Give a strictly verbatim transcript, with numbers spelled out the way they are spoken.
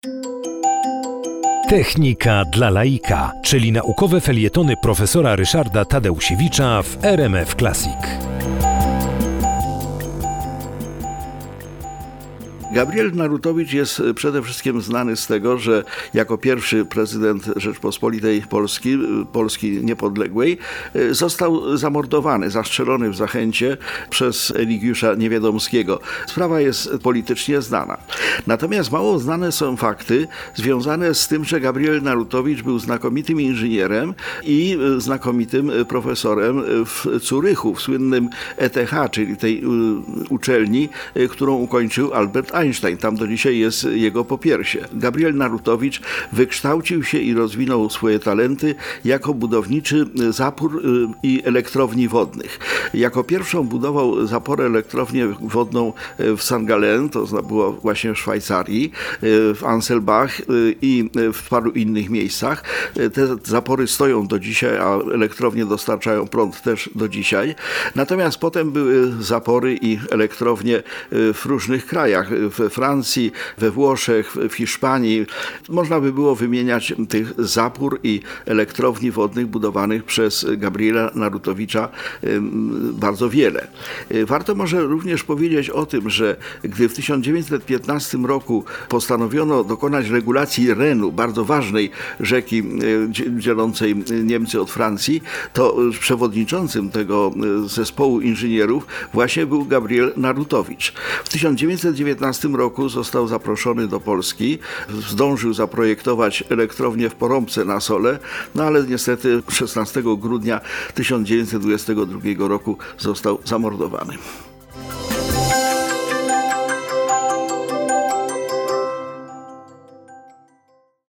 Technika dla laika, czyli naukowe felietony profesora Ryszarda Tadeusiewicza w R M F Classic. Gabriel Narutowicz jest przede wszystkim znany z tego, że jako pierwszy prezydent Rzeczpospolitej Polski, Polski niepodległej, został zamordowany, zastrzelony w Zachęcie przez Eligiusza Niewiadomskiego. Sprawa jest politycznie znana. Natomiast mało znane są fakty związane z tym, że Gabriel Narutowicz był znakomitym inżynierem i znakomitym profesorem w Zurychu, w słynnym E T H, czyli tej uczelni, którą ukończył Albert Einstein. Tam do dzisiaj jest jego popiersie. Gabriel Narutowicz wykształcił się i rozwinął swoje talenty jako budowniczy zapór i elektrowni wodnych. Jako pierwszą budował zaporę elektrownię wodną w Sankt Gallen, to było właśnie w Szwajcarii, w Anselbach i w paru innych miejscach. Te zapory stoją do dzisiaj, a elektrownie dostarczają prąd też do dzisiaj. Natomiast potem były zapory i elektrownie w różnych krajach, we Francji, we Włoszech, w Hiszpanii. Można by było wymieniać tych zapór i elektrowni wodnych budowanych przez Gabriela Narutowicza bardzo wiele. Warto może również powiedzieć o tym, że gdy w tysiąc dziewięćset piętnastym roku postanowiono dokonać regulacji Renu, bardzo ważnej rzeki dzielącej Niemcy od Francji, to przewodniczącym tego zespołu inżynierów właśnie był Gabriel Narutowicz. W tysiąc dziewięćset dziewiętnastym roku został zaproszony do Polski, zdążył zaprojektować elektrownię w Porąbce na Sole, no ale niestety szesnastego grudnia tysiąc dziewięćset dwudziestego drugiego roku został zamordowany.